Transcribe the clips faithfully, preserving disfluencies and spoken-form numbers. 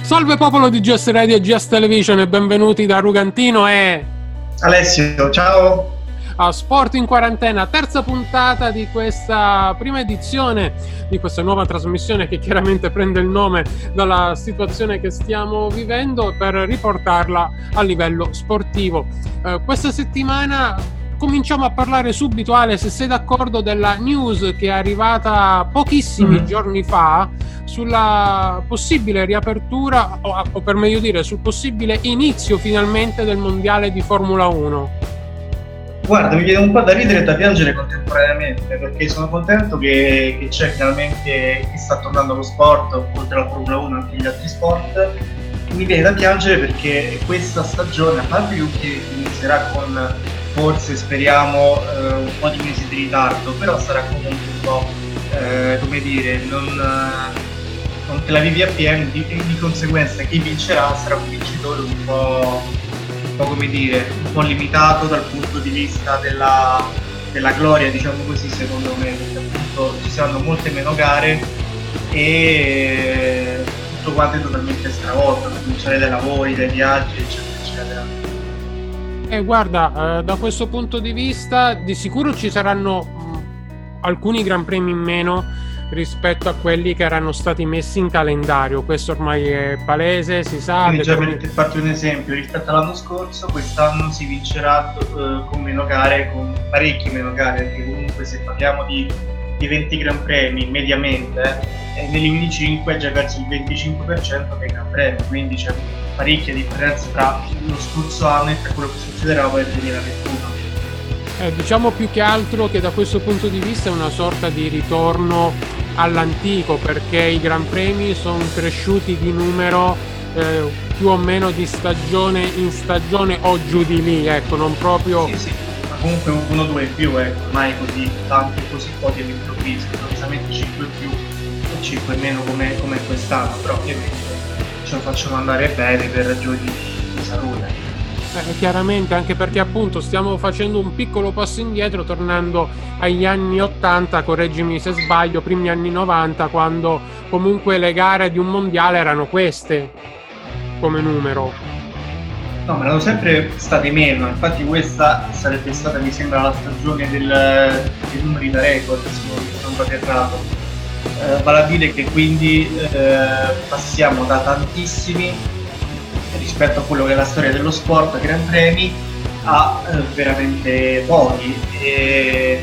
Salve popolo di G S Radio e G S Television e benvenuti da Rugantino e Alessio, ciao! A Sport in Quarantena, terza puntata di questa prima edizione di questa nuova trasmissione che chiaramente prende il nome dalla situazione che stiamo vivendo per riportarla a livello sportivo. Eh, questa settimana cominciamo a parlare subito, Ale, se sei d'accordo, della news che è arrivata pochissimi mm. giorni fa sulla possibile riapertura o, o per meglio dire sul possibile inizio finalmente del mondiale di Formula uno. Guarda, mi viene un po' da ridere e da piangere contemporaneamente, perché sono contento che, che c'è finalmente chi sta tornando allo sport, oltre alla Formula uno anche gli altri sport. Mi viene da piangere perché questa stagione, a parte che inizierà con, forse speriamo, eh, un po' di mesi di ritardo, però sarà comunque un po', eh, come dire, non, non te la vivi appieno, di, di conseguenza chi vincerà sarà un vincitore un po'... un po' come dire, un po' limitato dal punto di vista della, della gloria, diciamo così, secondo me, perché appunto ci saranno molte meno gare e tutto quanto è totalmente stravolto, a cominciare dai lavori, dai viaggi, eccetera, eccetera. E eh, guarda, eh, da questo punto di vista di sicuro ci saranno mh, alcuni gran premi in meno rispetto a quelli che erano stati messi in calendario. Questo ormai è palese, si sa. Quindi già per farti un esempio, rispetto all'anno scorso, quest'anno si vincerà uh, con meno gare, con parecchie meno gare, perché comunque se parliamo di, di venti gran premi mediamente, eh, negli ultimi cinque è già verso il venticinque per cento dei gran premi, quindi c'è parecchia differenza tra lo scorso anno e tra quello che succederà poi nel duemilaventuno. Eh, diciamo più che altro che da questo punto di vista è una sorta di ritorno all'antico, perché i gran premi sono cresciuti di numero eh, più o meno di stagione in stagione o giù di lì, ecco, non proprio... Sì, sì, ma comunque uno o due in più, ecco, ormai così tanti, così pochi all'improvviso, solitamente cinque in più o cinque in meno come, come quest'anno, però ovviamente ce lo facciamo andare bene per ragioni di salute. Eh, chiaramente, anche perché appunto stiamo facendo un piccolo passo indietro tornando agli anni ottanta, correggimi se sbaglio, primi anni novanta, quando comunque le gare di un mondiale erano queste come numero. No, ma erano sempre state meno, infatti questa sarebbe stata, mi sembra, la stagione del, dei numeri da record, se non vado errato. Eh, vale a dire che quindi eh, passiamo da tantissimi rispetto a quello che è la storia dello sport, Gran Premi, a eh, veramente pochi e,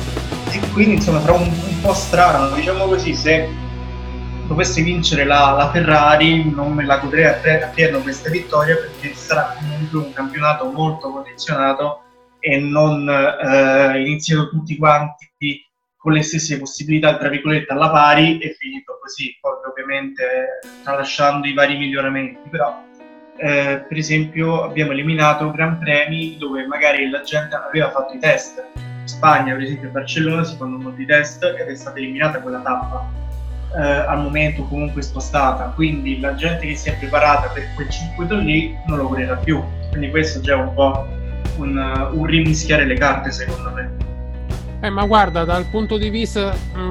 e quindi insomma sarà un, un po' strano, diciamo così, se dovesse vincere la, la Ferrari non me la godrei appieno questa vittoria, perché sarà comunque un campionato molto condizionato e non eh, iniziato tutti quanti con le stesse possibilità, tra virgolette, alla pari e finito così, poi ovviamente tralasciando i vari miglioramenti, però Eh, per esempio abbiamo eliminato Gran Premi dove magari la gente aveva fatto i test. In Spagna, per esempio a Barcellona, si fanno molti test ed è stata eliminata quella tappa, eh, al momento comunque spostata, quindi la gente che si è preparata per quel circuito lì non lo vorrà più, quindi questo già è un po' un, un rimischiare le carte, secondo me. Eh, ma guarda, dal punto di vista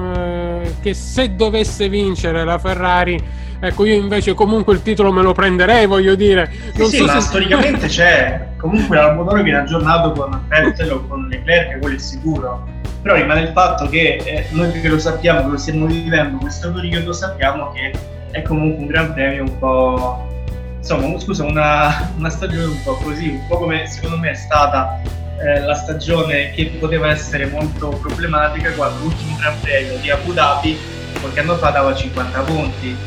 eh, che se dovesse vincere la Ferrari, ecco, io invece comunque il titolo me lo prenderei, voglio dire. Non sì, so sì, ma se... storicamente c'è. Comunque l'Albodoro viene aggiornato con Vettel o con Leclerc, quello è sicuro. Però rimane il fatto che eh, noi che lo sappiamo, che lo stiamo vivendo, questo periodo, sappiamo che è comunque un Gran Premio un po'... Insomma, scusa, una, una stagione un po' così, un po' come secondo me è stata eh, la stagione che poteva essere molto problematica quando l'ultimo Gran Premio di Abu Dhabi qualche anno fa dava cinquanta punti.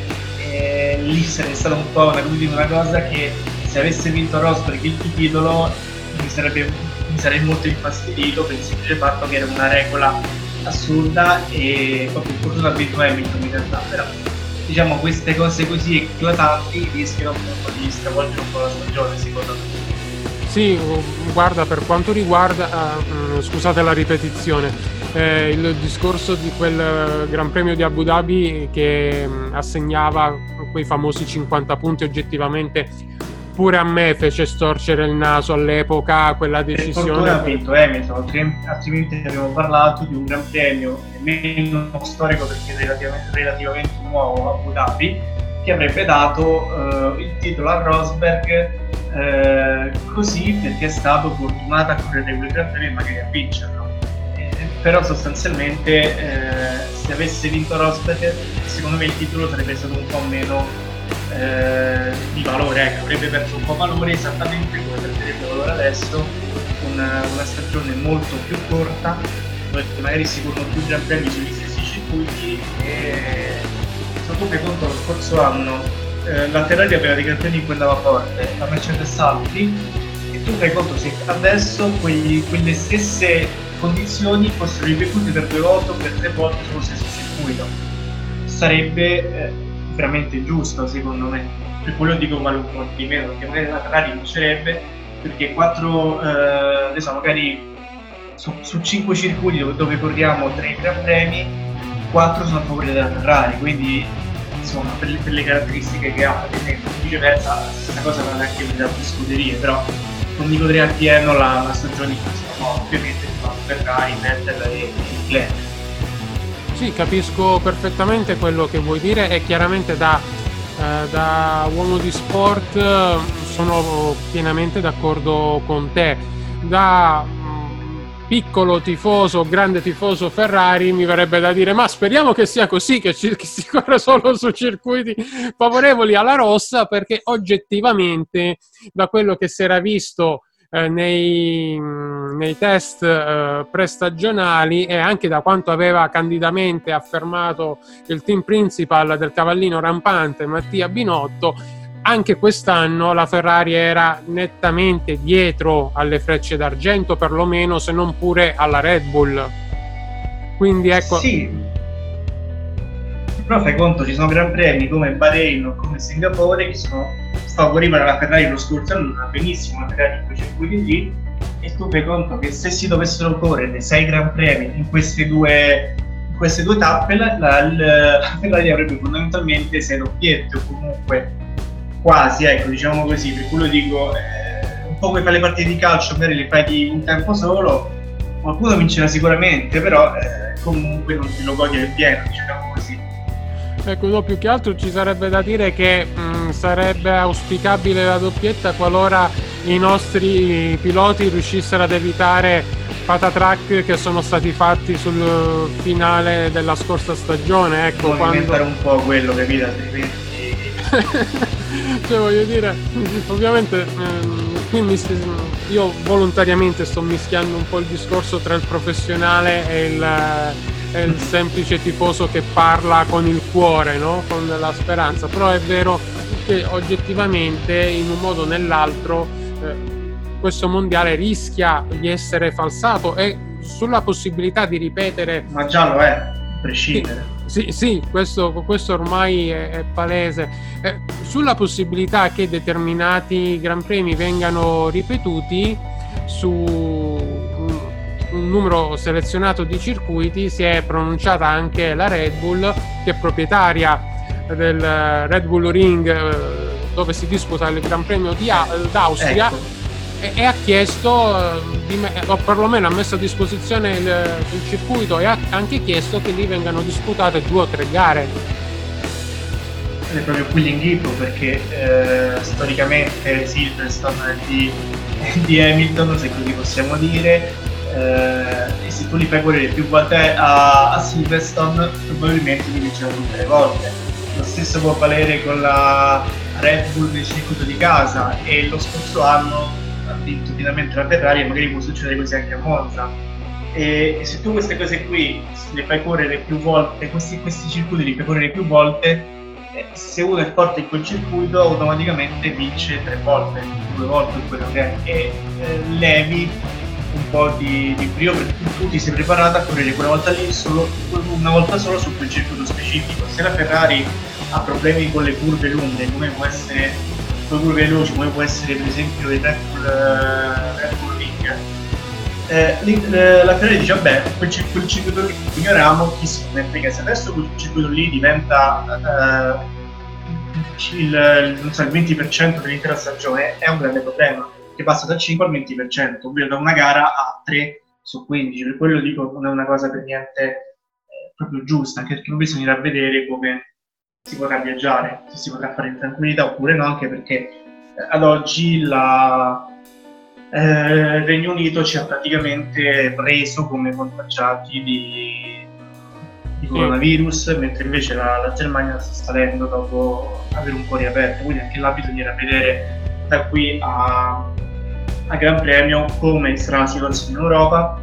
E lì sarebbe stata un po' una, una cosa che se avesse vinto Rosberg il titolo mi sarebbe mi sarei molto infastidito per il semplice fatto che era una regola assurda e proprio il fortuna ha vinto Hamilton in realtà, però diciamo queste cose così eclatanti rischiano appunto di stravolgere un po' la stagione, secondo me. Sì, guarda, per quanto riguarda uh, scusate la ripetizione, eh, il discorso di quel Gran Premio di Abu Dhabi che um, assegnava quei famosi cinquanta punti, oggettivamente pure a me fece storcere il naso all'epoca quella decisione. Per fortuna ha vinto Hamilton, altrimenti abbiamo parlato di un Gran Premio meno storico perché è relativamente, relativamente nuovo, Abu Dhabi, che avrebbe dato eh, il titolo a Rosberg eh, così perché è stato fortunato a correre quei Gran Premi e magari a vincerlo. Eh, però sostanzialmente eh, se avesse vinto Rosberg, secondo me il titolo sarebbe stato un po' meno eh, di valore, ecco, avrebbe perso un po' valore, esattamente come perderebbe valore adesso una, una stagione molto più corta, dove magari si corrono più Gran Premi sugli stessi circuiti. E se tu fai conto, lo scorso anno eh, la Ferrari aveva dei Gran Premi in cui andava forte, la Mercedes altri, e tu fai conto se adesso quegli, quelle stesse condizioni fossero ripetute per due volte o per tre volte sullo stesso circuito, sarebbe eh, veramente giusto secondo me. Per quello dico vale un po' di meno, perché magari la Ferrari vincerebbe perché quattro eh, adesso magari su, su cinque circuiti dove, dove corriamo tre Gran Premi, quattro sono a favore della Ferrari, quindi insomma per le, per le caratteristiche che ha, per esempio. Viceversa la stessa cosa vale anche per le altre scuderie, però non mi godrei appieno la, la stagione in questo modo, ovviamente fa Ferrari, Vettel e Leclerc. Sì, capisco perfettamente quello che vuoi dire e chiaramente da, eh, da uomo di sport eh, sono pienamente d'accordo con te. Da mh, piccolo tifoso, grande tifoso Ferrari mi verrebbe da dire ma speriamo che sia così, che, ci, che si corra solo su circuiti favorevoli alla rossa, perché oggettivamente da quello che si era visto Eh, nei, nei test eh, prestagionali e anche da quanto aveva candidamente affermato il team principal del cavallino rampante Mattia Binotto, anche quest'anno la Ferrari era nettamente dietro alle Frecce d'Argento, perlomeno, se non pure alla Red Bull. Quindi ecco. Sì, però fai conto, ci sono Gran Premi come Bahrain o come Singapore che sono favorevoli alla Ferrari lo scorso anno, va benissimo la Ferrari in quei circuiti lì, e tu fai conto che se si dovessero correre sei Gran Premi in queste due, in queste due tappe, la, la, la Ferrari avrebbe fondamentalmente sei doppiette o comunque quasi, ecco, diciamo così. Per quello dico, eh, un po' come fai le partite di calcio, magari le fai di un tempo solo, qualcuno vincerà sicuramente, però eh, comunque non ti lo godi appieno, diciamo così. Ecco, no, più che altro ci sarebbe da dire che mh, sarebbe auspicabile la doppietta qualora i nostri piloti riuscissero ad evitare patatrack che sono stati fatti sul finale della scorsa stagione. Ecco, quando... diventare un po' quello, capito? Altrimenti... cioè, voglio dire, ovviamente ehm, qui mi, io volontariamente sto mischiando un po' il discorso tra il professionale e il... è il semplice tifoso che parla con il cuore, no? Con la speranza, però è vero che oggettivamente in un modo o nell'altro eh, questo mondiale rischia di essere falsato, e sulla possibilità di ripetere, ma già lo è, a prescindere. Sì, sì, sì, questo, questo ormai è, è palese, eh, sulla possibilità che determinati Gran Premi vengano ripetuti su un numero selezionato di circuiti si è pronunciata anche la Red Bull, che è proprietaria del Red Bull Ring dove si disputa il Gran Premio di d'Austria, ecco. e, e ha chiesto di, o perlomeno ha messo a disposizione il, il circuito, e ha anche chiesto che lì vengano disputate due o tre gare. È proprio qui l'inghippo, perché eh, storicamente Silverstone di, di Hamilton, se così possiamo dire, Uh, e se tu li fai correre più volte a, a Silverstone, probabilmente li vinceranno tutte le volte. Lo stesso può valere con la Red Bull nel circuito di casa, e lo scorso anno ha vinto finalmente la Ferrari, e magari può succedere così anche a Monza. E, e se tu queste cose qui le fai correre più volte, questi, questi circuiti li fai correre più volte, eh, se uno è forte in quel circuito automaticamente vince tre volte, due volte quello che è, e eh, levi un po' di, di brio, perché tu ti sei preparato a correre quella volta lì solo, una volta solo su quel circuito specifico. Se la Ferrari ha problemi con le curve lunghe, come può essere con le curve veloci, come può essere per esempio il Red Bull, uh, Red Bull Ring, eh, la Ferrari dice vabbè, quel, quel circuito lì ignoriamo, chi se ne frega. Se adesso quel circuito lì diventa uh, il, non so, il venti per cento dell'intera stagione, è un grande problema, che passa dal cinque al venti per cento, ovvero da una gara a tre su quindici. Per quello dico non è una cosa per niente eh, proprio giusta, perché bisognerà vedere come, si potrà viaggiare, se si potrà fare in tranquillità oppure no, anche perché ad oggi la, eh, il Regno Unito ci ha praticamente preso come contagiati di, di coronavirus, mentre invece la, la Germania sta salendo dopo aver un po' riaperto, quindi anche là bisognerà vedere da qui a, a Gran Premio come sarà la situazione in Europa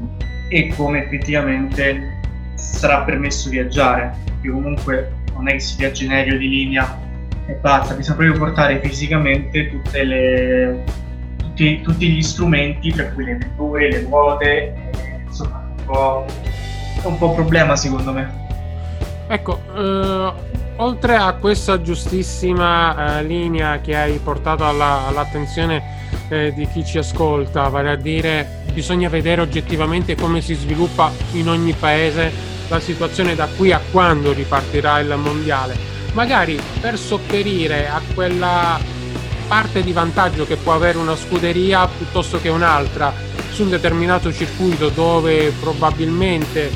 e come effettivamente sarà permesso viaggiare, perché comunque non è che si viaggia in aereo di linea e basta, bisogna proprio portare fisicamente tutte le, tutti, tutti gli strumenti, tra cui le vetture, le ruote, e, insomma un po', è un po' un problema secondo me. Ecco, eh, oltre a questa giustissima eh, linea che hai portato alla, all'attenzione eh, di chi ci ascolta, vale a dire bisogna vedere oggettivamente come si sviluppa in ogni paese la situazione da qui a quando ripartirà il mondiale. Magari per sopperire a quella parte di vantaggio che può avere una scuderia piuttosto che un'altra su un determinato circuito dove probabilmente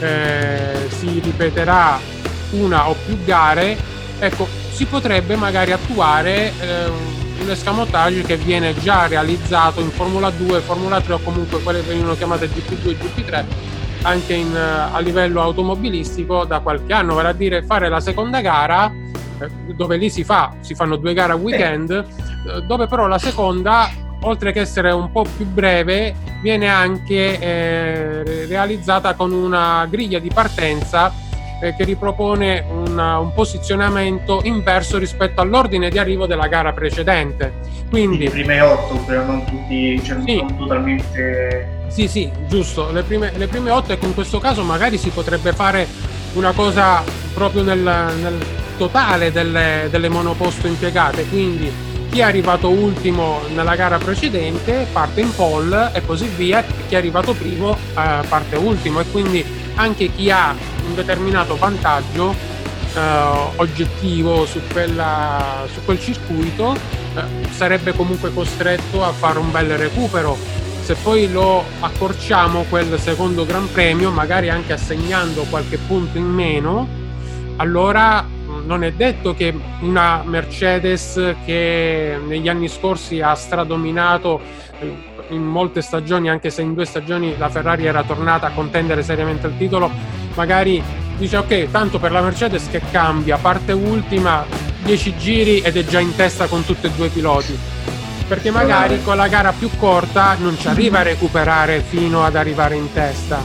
eh, si ripeterà una o più gare, ecco, si potrebbe magari attuare eh, un escamotage che viene già realizzato in Formula due, Formula tre o comunque quelle che vengono chiamate G P due e G P tre anche in, a livello automobilistico da qualche anno, vale a dire fare la seconda gara eh, dove lì si fa, si fanno due gare a weekend, eh, dove però la seconda, oltre che essere un po' più breve, viene anche eh, realizzata con una griglia di partenza eh, che ripropone una, un posizionamento inverso rispetto all'ordine di arrivo della gara precedente. Quindi le prime otto, però non tutti, cioè sì, non totalmente. Sì, sì, giusto, le prime, le prime otto, e con questo caso magari si potrebbe fare una cosa proprio nel, nel totale delle, delle monoposto impiegate, quindi chi è arrivato ultimo nella gara precedente parte in pole e così via, chi è arrivato primo eh, parte ultimo, e quindi anche chi ha un determinato vantaggio eh, oggettivo su, quella, su quel circuito eh, sarebbe comunque costretto a fare un bel recupero. Se poi lo accorciamo quel secondo Gran Premio, magari anche assegnando qualche punto in meno, allora non è detto che una Mercedes che negli anni scorsi ha stradominato in molte stagioni, anche se in due stagioni la Ferrari era tornata a contendere seriamente il titolo, magari dice ok, tanto per la Mercedes che cambia, parte ultima, dieci giri ed è già in testa con tutti e due i piloti, perché magari con la gara più corta non ci arriva a recuperare fino ad arrivare in testa.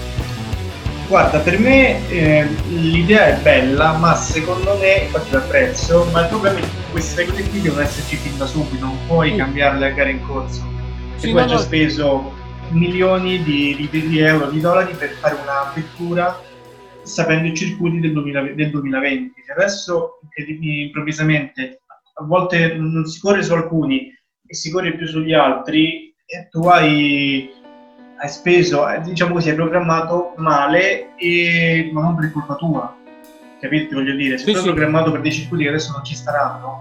Guarda, per me eh, l'idea è bella, ma secondo me, infatti l'apprezzo, ma il problema è che queste cose qui devono esserci fin da subito, non puoi mm. cambiare le gare in corso. Sì, e poi hai già speso milioni di, di, di euro, di dollari per fare una vettura sapendo i circuiti del, duemila, del duemilaventi. Adesso improvvisamente a volte non si corre su alcuni e si corre più sugli altri, e tu hai, hai speso, diciamo così, hai programmato male, e ma non per colpa tua, capite? Voglio dire, se sì, tu hai sì. programmato per dei circuiti che adesso non ci staranno,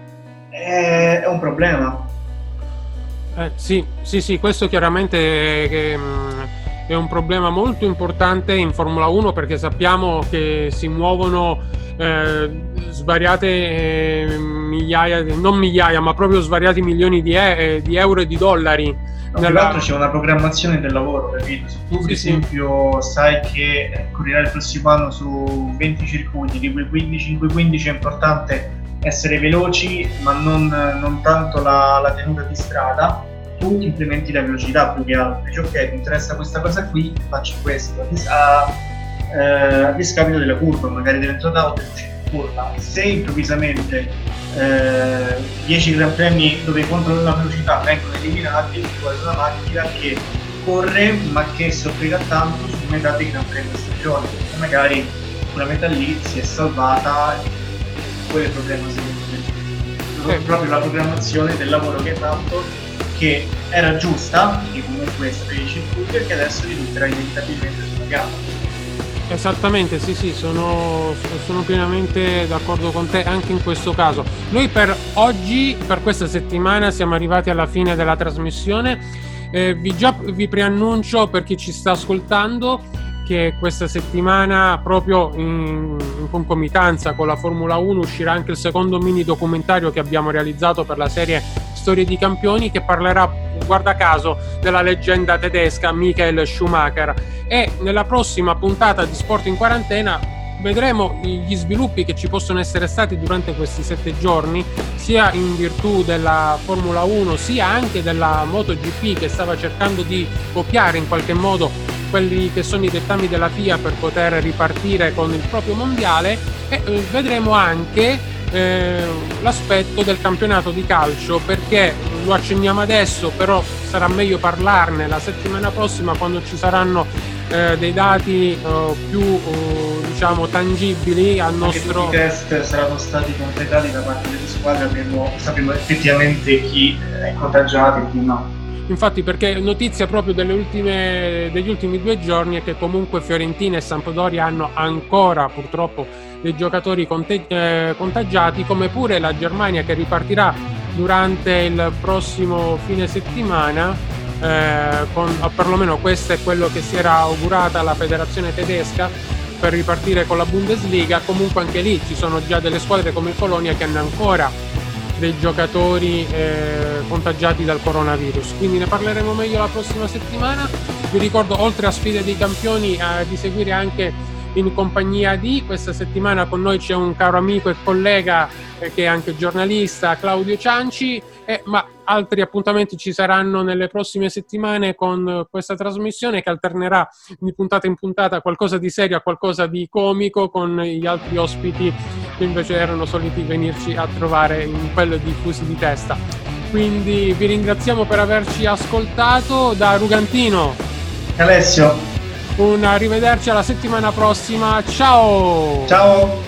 è, è un problema. Eh, sì, sì, sì, questo chiaramente è, che, è un problema molto importante in Formula uno, perché sappiamo che si muovono eh, svariate eh, migliaia, non migliaia, ma proprio svariati milioni di, e- di euro e di dollari. No, nella... Tra l'altro c'è una programmazione del lavoro, capito? Se tu, per sì, esempio, sì. sai che correrai il prossimo anno su venti circuiti, di cui quindici, in cui quindici è importante essere veloci, ma non, non tanto la, la tenuta di strada, tu implementi la velocità più che altro. Dici ok, mi interessa questa cosa qui, faccio questo, a, eh, a discapito della curva, magari dell'entrata o dell'uscita in curva. Se improvvisamente eh, dieci Gran Premi dove i controlli della velocità vengono eliminati, tu hai una macchina che corre ma che soffrirà tanto su metà dei Gran Premi di stagione, e magari una metà lì si è salvata. Quello è il problema secondo me, proprio la programmazione del lavoro che hai fatto, che era giusta, perché comunque per i circuiti, e che adesso risulterà inevitabilmente sulla gara. Esattamente, sì, sì, sono, sono pienamente d'accordo con te anche in questo caso. Noi per oggi, per questa settimana, siamo arrivati alla fine della trasmissione. Eh, vi, già, vi preannuncio, per chi ci sta ascoltando, che questa settimana, proprio in, in concomitanza con la Formula uno, uscirà anche il secondo mini documentario che abbiamo realizzato per la serie Storie di Campioni, che parlerà, guarda caso, della leggenda tedesca Michael Schumacher. E nella prossima puntata di Sport in Quarantena vedremo gli sviluppi che ci possono essere stati durante questi sette giorni, sia in virtù della Formula uno, sia anche della MotoGP, che stava cercando di copiare in qualche modo quelli che sono i dettami della F I A per poter ripartire con il proprio mondiale. E eh, vedremo anche eh, l'aspetto del campionato di calcio, perché lo accenniamo adesso, però sarà meglio parlarne la settimana prossima, quando ci saranno eh, dei dati eh, più eh, diciamo tangibili al nostro. Anche tutti i test saranno stati completati da parte delle squadre, avremo, sapremo effettivamente chi è contagiato e chi no. Infatti, perché notizia proprio delle ultime, degli ultimi due giorni è che comunque Fiorentina e Sampdoria hanno ancora purtroppo dei giocatori conte- eh, contagiati, come pure la Germania, che ripartirà durante il prossimo fine settimana, eh, con, perlomeno questo è quello che si era augurata la federazione tedesca, per ripartire con la Bundesliga. Comunque anche lì ci sono già delle squadre come il Colonia che hanno ancora dei giocatori eh, contagiati dal coronavirus, quindi ne parleremo meglio la prossima settimana. Vi ricordo, oltre a Sfide dei Campioni, eh, di seguire anche In compagnia di. Questa settimana con noi c'è un caro amico e collega eh, che è anche giornalista, Claudio Cianci, eh, ma altri appuntamenti ci saranno nelle prossime settimane con questa trasmissione, che alternerà di puntata in puntata qualcosa di serio a qualcosa di comico, con gli altri ospiti che invece erano soliti venirci a trovare in quello di Fusi di Testa. Quindi vi ringraziamo per averci ascoltato. Da Rugantino, Alessio, un arrivederci alla settimana prossima. Ciao! Ciao!